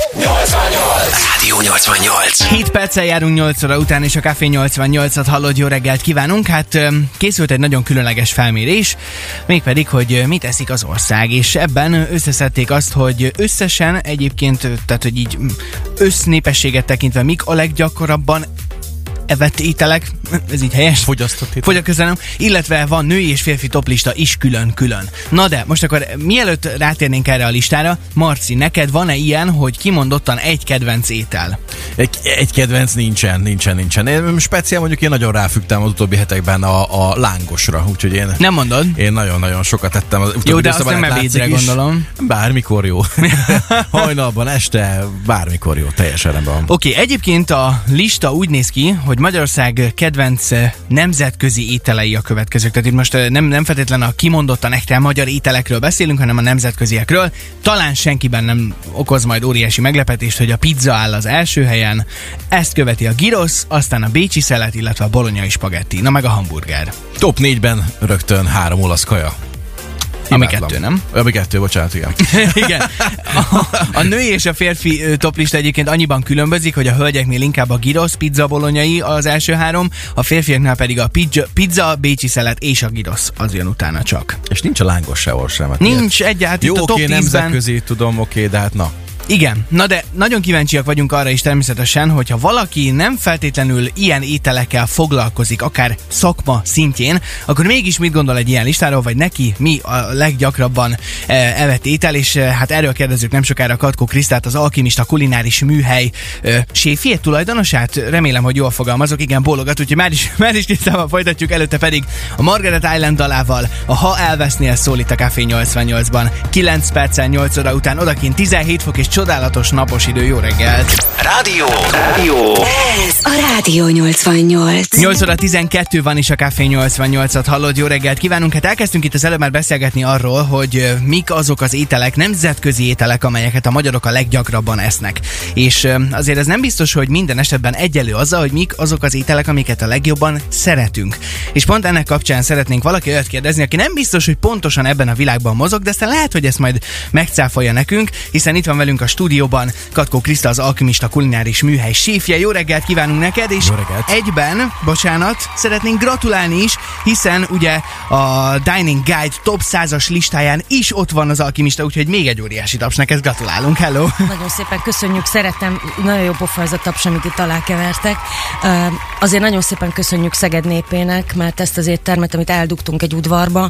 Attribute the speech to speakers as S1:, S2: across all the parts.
S1: Rádió 88.
S2: 7 perccel járunk 8 óra után, és a Café 88-at hallod, jó reggelt kívánunk. Hát készült egy nagyon különleges felmérés, mégpedig, hogy mit eszik az ország, és ebben összeszedték azt, hogy összesen egyébként, tehát hogy így össznépességet tekintve mik a leggyakorabban evett ételek, ez így helyes?
S3: Fogyasztott ételek.
S2: Illetve van női és férfi toplista is külön-külön. Na de, most akkor mielőtt rátérnénk erre a listára, Marci, neked van-e ilyen, hogy kimondottan egy kedvenc étel?
S3: Egy kedvenc nincsen. Én speciál mondjuk én nagyon ráfügtem az utóbbi hetekben a lángosra, úgyhogy én...
S2: Nem mondod?
S3: Én nagyon sokat ettem.
S2: Jó, de azt nem ebédre gondolom.
S3: Bármikor jó. Hajnalban, este, bármikor jó, teljesen rendben van.
S2: Oké, egyébként a lista úgy néz ki, hogy Magyarország kedvenc nemzetközi ételei a következők. Tehát itt most nem feltétlenül a kimondottan ekte magyar ételekről beszélünk, hanem a nemzetköziekről. Talán senkiben nem okoz majd óriási meglepetést, hogy a pizza áll az első helyen, ezt követi a gyrosz, aztán a bécsi szelet, illetve a bolonyai spagetti, na meg a hamburger.
S3: Top 4-ben rögtön 3 olasz kaja.
S2: Ami 2, nem?
S3: Ami 2, bocsánat, igen.
S2: Igen. A női és a férfi toplista egyébként annyiban különbözik, hogy a hölgyeknél inkább a gyrosz, pizza, bolonyai az első 3, a férfiaknál pedig a pizza, bécsi szelet és a gyrosz az jön utána csak.
S3: És nincs a lángos sehol sem.
S2: Nincs egyáltalán.
S3: Jó, oké, nemzetközi, tudom, oké, de hát na.
S2: Igen, na de nagyon kíváncsiak vagyunk arra is természetesen, hogyha valaki nem feltétlenül ilyen ételekkel foglalkozik, akár szakma szintjén, akkor mégis mit gondol egy ilyen listáról, vagy neki mi a leggyakrabban evett étel, és hát erről kérdezzük nem sokára Katkó Krisztát, az Alkimista kulináris műhely séfjét, tulajdonosát. Remélem, hogy jól fogalmazok, igen, bólogat, úgyhogy már is Krisztával folytatjuk, előtte pedig a Margaret Island dalával a Ha elvesznél szól itt a Café 88-ban. 9 perccel 8 óra után odakint 17 fok és csodálatos napos idő, jó reggelt!
S1: Rádió!
S4: Ez a Rádió 88.
S2: 8 óra 12 van is a Café 88-at hallod, jó reggelt kívánunk! Hát elkezdtünk itt az előbb már beszélgetni arról, hogy mik azok az ételek, nemzetközi ételek, amelyeket a magyarok a leggyakrabban esznek. És azért ez nem biztos, hogy minden esetben egyenlő azzal, hogy mik azok az ételek, amiket a legjobban szeretünk. És pont ennek kapcsán szeretnénk valaki olyat kérdezni, aki nem biztos, hogy pontosan ebben a világban mozog, de aztán lehet, hogy ezt majd megcáfolja nekünk, hiszen itt van velünk a stúdióban Katkó Kriszta, az Alkimista kulináris műhely séfje. Jó reggelt kívánunk neked, és egyben, szeretnénk gratulálni is, hiszen ugye a Dining Guide top 100-as listáján is ott van az Alkimista, úgyhogy még egy óriási taps neked, gratulálunk, hello!
S5: Nagyon szépen köszönjük, szeretem, nagyon jó pofa ez a taps, amit itt alákevertek. Azért nagyon szépen köszönjük Szeged népének, mert ezt az éttermet, amit eldugtunk egy udvarba,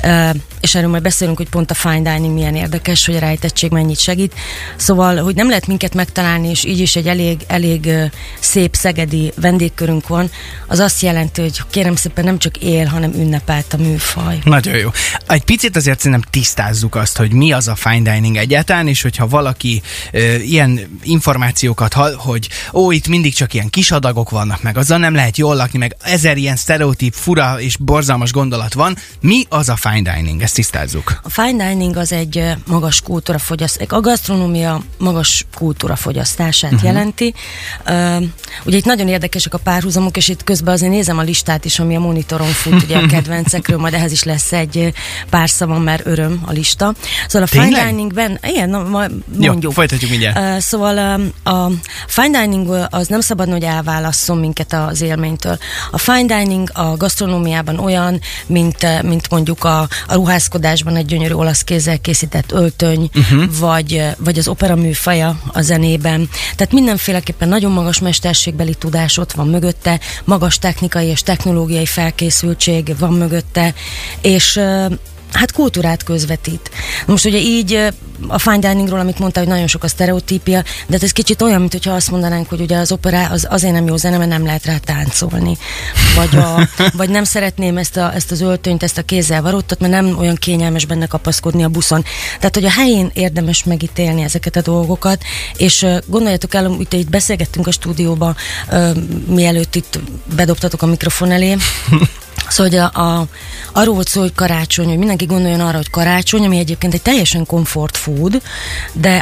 S5: és erről majd beszélünk, hogy pont a fine dining milyen érdekes, hogy a rejtettség mennyit segít. Szóval, hogy nem lehet minket megtalálni, és így is egy elég szép szegedi vendégkörünk van, az azt jelenti, hogy kérem szépen nem csak él, hanem ünnepelt a műfaj.
S2: Nagyon jó. Egy picit azért szerintem tisztázzuk azt, hogy mi az a fine dining egyáltalán, és hogyha valaki ilyen információkat hall, hogy itt mindig csak ilyen kis adagok vannak, meg azzal nem lehet jól lakni, meg 1000 ilyen sztereotíp, fura és borzalmas gondolat van. Mi az a fine dining? Ezt tisztázzuk.
S5: A fine dining az egy magas kultúrafogyasztás, a gasztronómia magas kultúrafogyasztását jelenti. Ugye itt nagyon érdekesek a párhuzamok, és itt közben azért nézem a listát is, ami a monitoron fut, ugye a kedvencekről, majd ehhez is lesz egy pár szavam, mert öröm a lista. Szóval a fine diningben, igen, mondjuk.
S2: Jó, folytatjuk mindjárt.
S5: Szóval a fine dining az nem szabadna, hogy elválasszon minket az élménytől. A fine dining a gasztronómiában olyan, mint mondjuk a ruházkodásban egy gyönyörű olasz kézzel készített öltöny, vagy az opera műfaja a zenében. Tehát mindenféleképpen nagyon magas mesterségbeli tudás ott van mögötte, magas technikai és technológiai felkészültség van mögötte, és hát kultúrát közvetít. Most ugye így a fine diningról, amit mondta, hogy nagyon sok a sztereotípia, de ez kicsit olyan, mint hogyha azt mondanánk, hogy ugye az opera az azért nem jó zene, mert nem lehet rá táncolni. Vagy nem szeretném ezt az öltönyt, ezt a kézzel varottat, mert nem olyan kényelmes benne kapaszkodni a buszon. Tehát, hogy a helyén érdemes megítélni ezeket a dolgokat, és gondoljatok el, hogy itt beszélgettünk a stúdióba, mielőtt itt bedobtatok a mikrofon elé, Szóval arról volt szó, hogy karácsony, hogy mindenki gondoljon arra, hogy karácsony, ami egyébként egy teljesen comfort food, de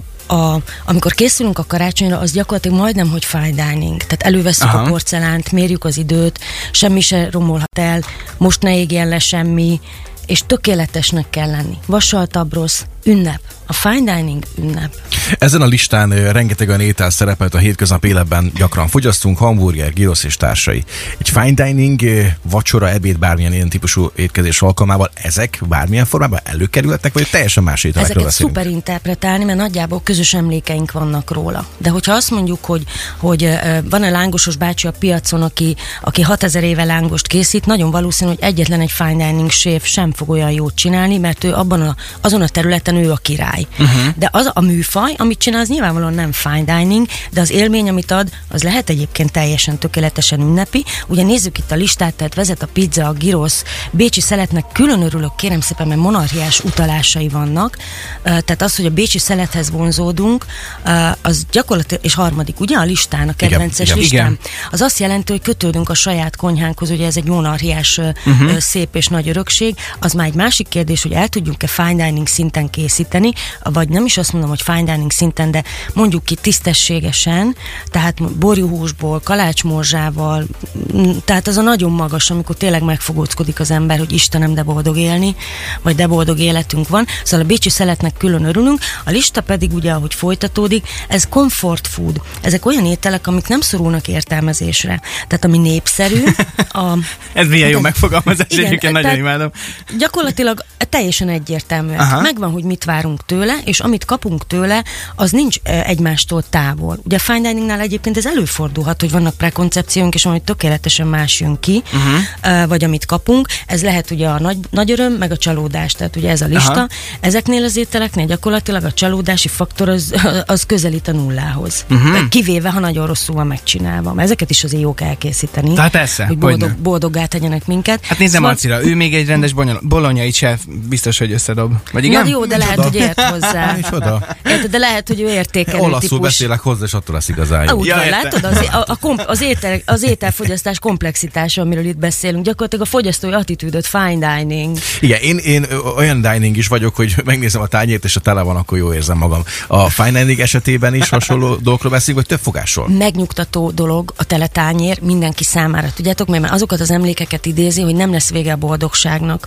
S5: amikor készülünk a karácsonyra, az gyakorlatilag majdnem, hogy fine dining. Tehát elővesszük a porcelánt, mérjük az időt, semmi se romolhat el, most ne égjen le semmi, és tökéletesnek kell lenni. Vasaltabrosz, Ünnep. A fine dining ünnep.
S3: Ezen a listán rengeteg olyan étel szerepelt a hétköznapi életben gyakran fogyasztunk, hamburger, gyrosz és társai. Egy fine dining vacsora, ebéd, bármilyen ilyen típusú étkezés alkalmával ezek bármilyen formában előkerülhetnek, vagy teljesen más ételekről
S5: ezeket
S3: beszélünk?
S5: szuper interpretálni, mert nagyjából közös emlékeink vannak róla. De hogyha azt mondjuk, hogy van egy lángosos bácsi a piacon, aki 6000 éve lángost készít, nagyon valószínű, hogy egyetlen egy fine dining séf sem fog olyan jót csinálni, mert ő azon a területen ő a király. De az a műfaj, amit csinál, az nyilvánvalóan nem fine dining, de az élmény, amit ad, az lehet egyébként teljesen tökéletesen ünnepi. Ugye nézzük itt a listát, tehát vezet a pizza, a gyrosz, bécsi szeletnek külön örülök, kérem szépen, mert monarchiás utalásai vannak. Tehát az, hogy a bécsi szelethez vonzódunk, az gyakorlatilag, és harmadik, ugye a listán, a kedvences listán, az azt jelenti, hogy kötődünk a saját konyhánkhoz, ugye ez egy monarchiás szép és nagy örökség. Az már egy másik kérdés, hogy el tudjuk-e fine dining szinten készíteni, vagy nem is azt mondom, hogy fine dining szinten, de mondjuk ki tisztességesen, tehát borjuhúsból, kalácsmorzsával, tehát az a nagyon magas, amikor tényleg megfogóckodik az ember, hogy Istenem, de boldog élni, vagy de boldog életünk van. Szóval a bécsi szeletnek külön örülünk, a lista pedig ugye, ahogy folytatódik, ez comfort food. Ezek olyan ételek, amik nem szorulnak értelmezésre. Tehát ami népszerű.
S2: Ez milyen jó megfogalmazás, egyébként nagyon imádom.
S5: Gyakorlatilag teljesen egyértelmű. Megvan, hogy mit várunk tőle, és amit kapunk tőle, az nincs egymástól távol. Ugye a fine diningnál egyébként ez előfordulhat, hogy vannak prekoncepciónk, és amit tökéletesen más jön ki, vagy amit kapunk. Ez lehet ugye a nagy öröm, meg a csalódás, tehát ugye ez a lista. Ezeknél az ételeknél gyakorlatilag a csalódási faktor az közelít a nullához. Kivéve, ha nagyon rosszul van megcsinálva. Mert ezeket is azért jók elkészíteni.
S2: Tehát persze,
S5: hogy boldoggá tegyenek minket.
S2: Hát nézzem Marcira, ő még egy rendes bolonyait se biztos, hogy összedob. Vagy igen?
S5: Na jó, de lehet, hogy ért hozzá. Érted, de lehet, hogy ő értékelő típus.
S3: Olaszul beszélek hozzá, és attól lesz igazán jó.
S5: Látod, az ételfogyasztás komplexitása, amiről itt beszélünk, gyakorlatilag a fogyasztói attitűdöt, fine dining.
S3: Igen, én olyan dining is vagyok, hogy megnézem a tányért, és a tele van, akkor jó érzem magam. A fine dining esetében is hasonló dolgokról beszélünk, vagy több fogásról?
S5: Megnyugtató dolog a tele tányér mindenki számára. Tudjátok, mert azokat az emlékeket idézi, hogy nem lesz vége a boldogságnak.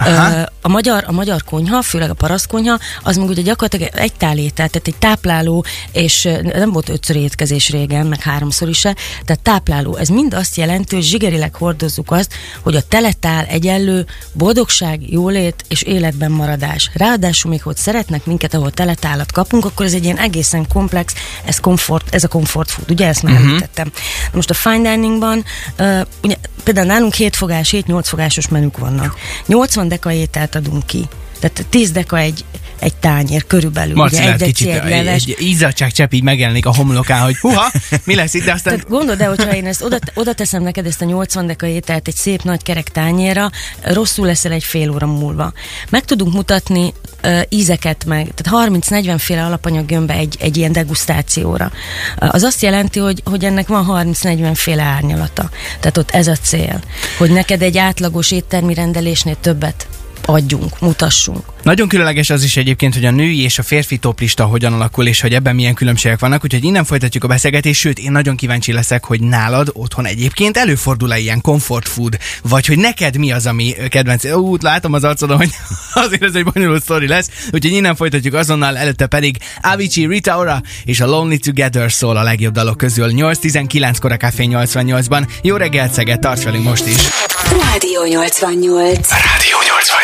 S5: A magyar konyha, főleg a parasztkonyha, az meg ugye gyakorlatilag egy tálétel, tehát egy tápláló, és nem volt 5-ször étkezés régen, meg 3-szor is se, tehát tápláló. Ez mind azt jelenti, hogy zsigerileg hordozzuk azt, hogy a teletál egyenlő boldogság, jólét és életben maradás. Ráadásul még, hogy szeretnek minket, ahol teletálat kapunk, akkor ez egy ilyen egészen komplex, ez a comfort food, ugye ezt már említettem. Most a fine diningban, ugye, például nálunk 7-8 fogásos menük vannak. 80 deka ételt adunk ki. Tehát 10 deka egy tányér körülbelül.
S2: Marci, ugye, lehet kicsit egy izzadságcsepp így megjelenik a homlokán, hogy huha, mi lesz itt, de aztán...
S5: Tehát gondold el, hogyha én ezt oda teszem neked ezt a 80 deka ételt egy szép nagy kerek tányérra, rosszul leszel egy fél óra múlva. Meg tudunk mutatni ízeket meg, tehát 30-40 féle alapanyag jön be egy ilyen degustációra. Az azt jelenti, hogy ennek van 30-40 féle árnyalata. Tehát ott ez a cél, hogy neked egy átlagos éttermi rendelésnél többet adjunk, mutassunk.
S2: Nagyon különleges az is egyébként, hogy a női és a férfi toplista hogyan alakul, és hogy ebben milyen különbségek vannak, úgyhogy innen folytatjuk a beszélgetést, sőt, én nagyon kíváncsi leszek, hogy nálad otthon egyébként előfordul-e ilyen comfort food, vagy hogy neked mi az, ami kedvenc. Látom az arcodon, hogy azért ez egy bonyolult sztori lesz, úgyhogy innen folytatjuk azonnal, előtte pedig Avicii, Rita Ora és a Lonely Together szól a legjobb dalok közül. 8-19-kor a Café 88-ban. Jó reggelt, Szeged, tarts velünk most is!
S4: Rádió 88.
S1: Rádió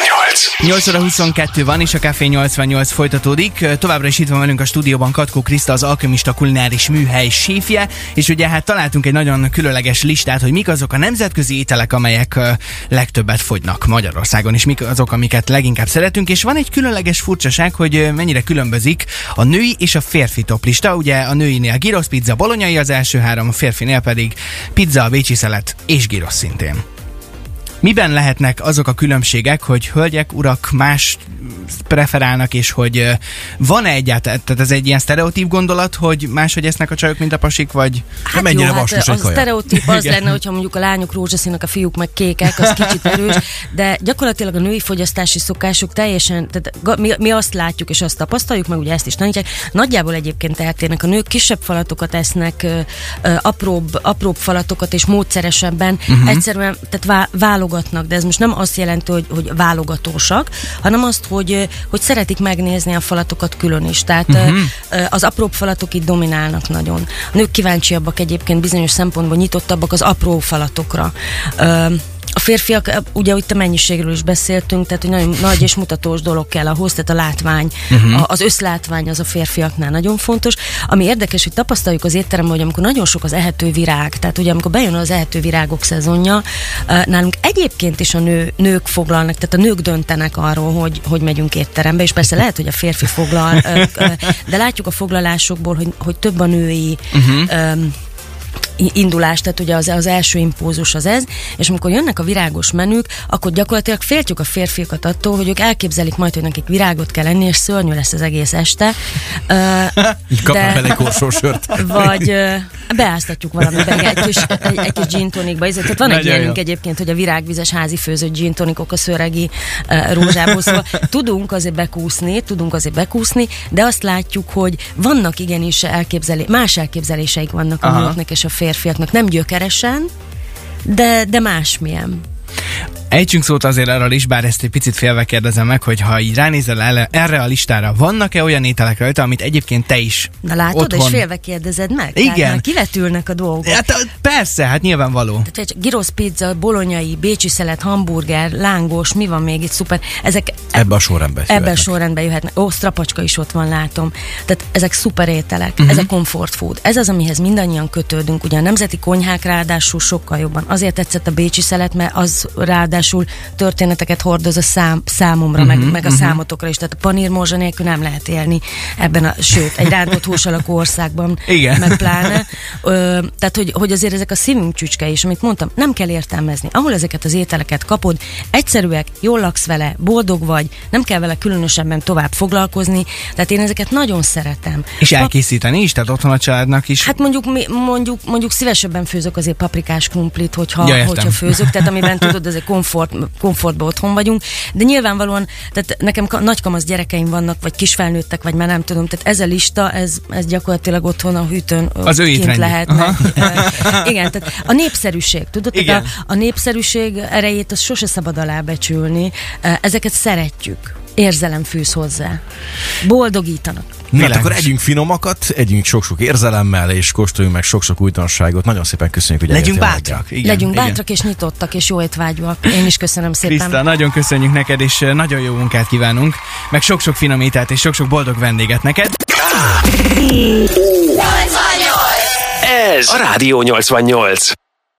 S1: 88.
S2: 8 óra 22 van, és a Café 88 folytatódik. Továbbra is itt van velünk a stúdióban Katkó Kriszta, az Alkimista Kulináris Műhely séfje, és ugye hát találtunk egy nagyon különleges listát, hogy mik azok a nemzetközi ételek, amelyek legtöbbet fogynak Magyarországon, és mik azok, amiket leginkább szeretünk, és van egy különleges furcsaság, hogy mennyire különbözik a női és a férfi toplista. Ugye a nőinél gyrosz, pizza, bolonyai az első 3, a férfinél pedig pizza, bécsi szelet és gyrosz szintén. Miben lehetnek azok a különbségek, hogy hölgyek, urak más preferálnak, és hogy van-e egyáltalán, tehát ez egy ilyen sztereotíp gondolat, hogy máshogy esznek a csajok, mint a pasik, vagy
S5: hát mennyire vaskos egy kaja? A sztereotíp az lenne, hogyha mondjuk a lányok rózsaszínek, a fiúk meg kékek, az kicsit erős, de gyakorlatilag a női fogyasztási szokások teljesen, tehát mi azt látjuk és azt tapasztaljuk, meg ugye ezt is tanítják, nagyjából egyébként eltérnek. A nők kisebb falatokat esznek, apróbb falatokat és módszeresebben, egyszerűen tehát válogatnak válogatnak, de ez most nem azt jelenti, hogy válogatósak, hanem azt, hogy szeretik megnézni a falatokat külön is. Tehát az apróbb falatok itt dominálnak nagyon. A nők kíváncsiabbak egyébként bizonyos szempontból, nyitottabbak az apró falatokra. A férfiak, ugye itt a mennyiségről is beszéltünk, tehát hogy nagyon nagy és mutatós dolog kell ahhoz, tehát a látvány, az összlátvány az a férfiaknál nagyon fontos. Ami érdekes, hogy tapasztaljuk az étteremben, hogy amikor nagyon sok az ehető virág, tehát ugye amikor bejön az ehető virágok szezonja, nálunk egyébként is a nők foglalnak, tehát a nők döntenek arról, hogy megyünk étterembe, és persze lehet, hogy a férfi foglal, de látjuk a foglalásokból, hogy több a női indulás, tehát ugye az első impulzus az ez, és amikor jönnek a virágos menük, akkor gyakorlatilag féltjük a férfiakat attól, hogy ők elképzelik majd, hogy nekik virágot kell enni, és szörnyű lesz az egész este.
S3: Kapnak bele egy korsósört.
S5: Vagy beáztatjuk valamiben, egy kis gin tonicba. Tehát van egy ilyenünk egyébként, hogy a virágvizes házi főzött gin tonicok a szőregi rózsából. Szóval tudunk azért bekúszni, de azt látjuk, hogy vannak igenis más elképzeléseik vannak a nőknek és a férfiaknak. Nem gyökeresen, de másmilyen.
S2: Ejtsünk szót azért arról is, bár ezt egy picit félve kérdezem meg, hogy ha így ránézel erre a listára, vannak-e olyan ételek rajta, amit egyébként te is
S5: Na látod,
S2: otthon...
S5: és félve kérdezed meg?
S2: Igen.
S5: Tehát kivetülnek a dolgok.
S2: Hát, persze, hát nyilvánvaló.
S5: Tehát gyrosz pizza, bolonyai, bécsi szelet, hamburger, lángos, mi van még itt szuper? Ezek
S3: ebbe a sorrendben
S5: jöhetnek. Ó, strapacska is ott van, látom. Tehát ezek szuper ételek, ez a comfort food. Ez az, amihez mindannyian kötődünk. Ugye a nemzeti konyhák ráadásul sokkal jobban. Azért tetszett a bécsi szelet, mert az ráadásul történeteket hordoz a számomra, meg a számotokra is. Tehát a panírmorzsa nélkül nem lehet élni ebben sőt, egy rántott hús alakú országban, meg pláne. Tehát, hogy azért ezek a szívünk csücske is, amit mondtam, nem kell értelmezni. Ahol ezeket az ételeket kapod, egyszerűek, jól laksz vele, boldog vagy, nem kell vele különösebben tovább foglalkozni, tehát én ezeket nagyon szeretem.
S2: És elkészíteni is? Tehát otthon a családnak is?
S5: Hát mondjuk szívesebben főzök azért paprikás krumplit, hogyha főzök, tehát amiben tudod, ez egy komfortban otthon vagyunk, de nyilvánvalóan, tehát nekem nagykamasz gyerekeim vannak, vagy kisfelnőttek, vagy már nem tudom, tehát ez a lista, ez gyakorlatilag otthon a hűtőn
S2: az
S5: kint lehetnek. Igen, tehát a népszerűség, tudod? Tehát a népszerűség erejét az sose szabad alábecsülni. Ezeket szeretjük. Érzelem fűz hozzá. Boldogítanak.
S3: Na, hát akkor együnk finomakat, együnk sok-sok érzelemmel, és kóstoljunk meg sok-sok újdonságot. Nagyon szépen köszönjük, hogy
S2: legyünk bátrak.
S5: Legyünk bátrak és nyitottak és jó étvágyúak. Én is köszönöm szépen.
S2: Kriszta, nagyon köszönjük neked, és nagyon jó munkát kívánunk. Meg sok-sok finom ételt és sok-sok boldog vendéget neked.
S1: 88! Ez a Rádió 88.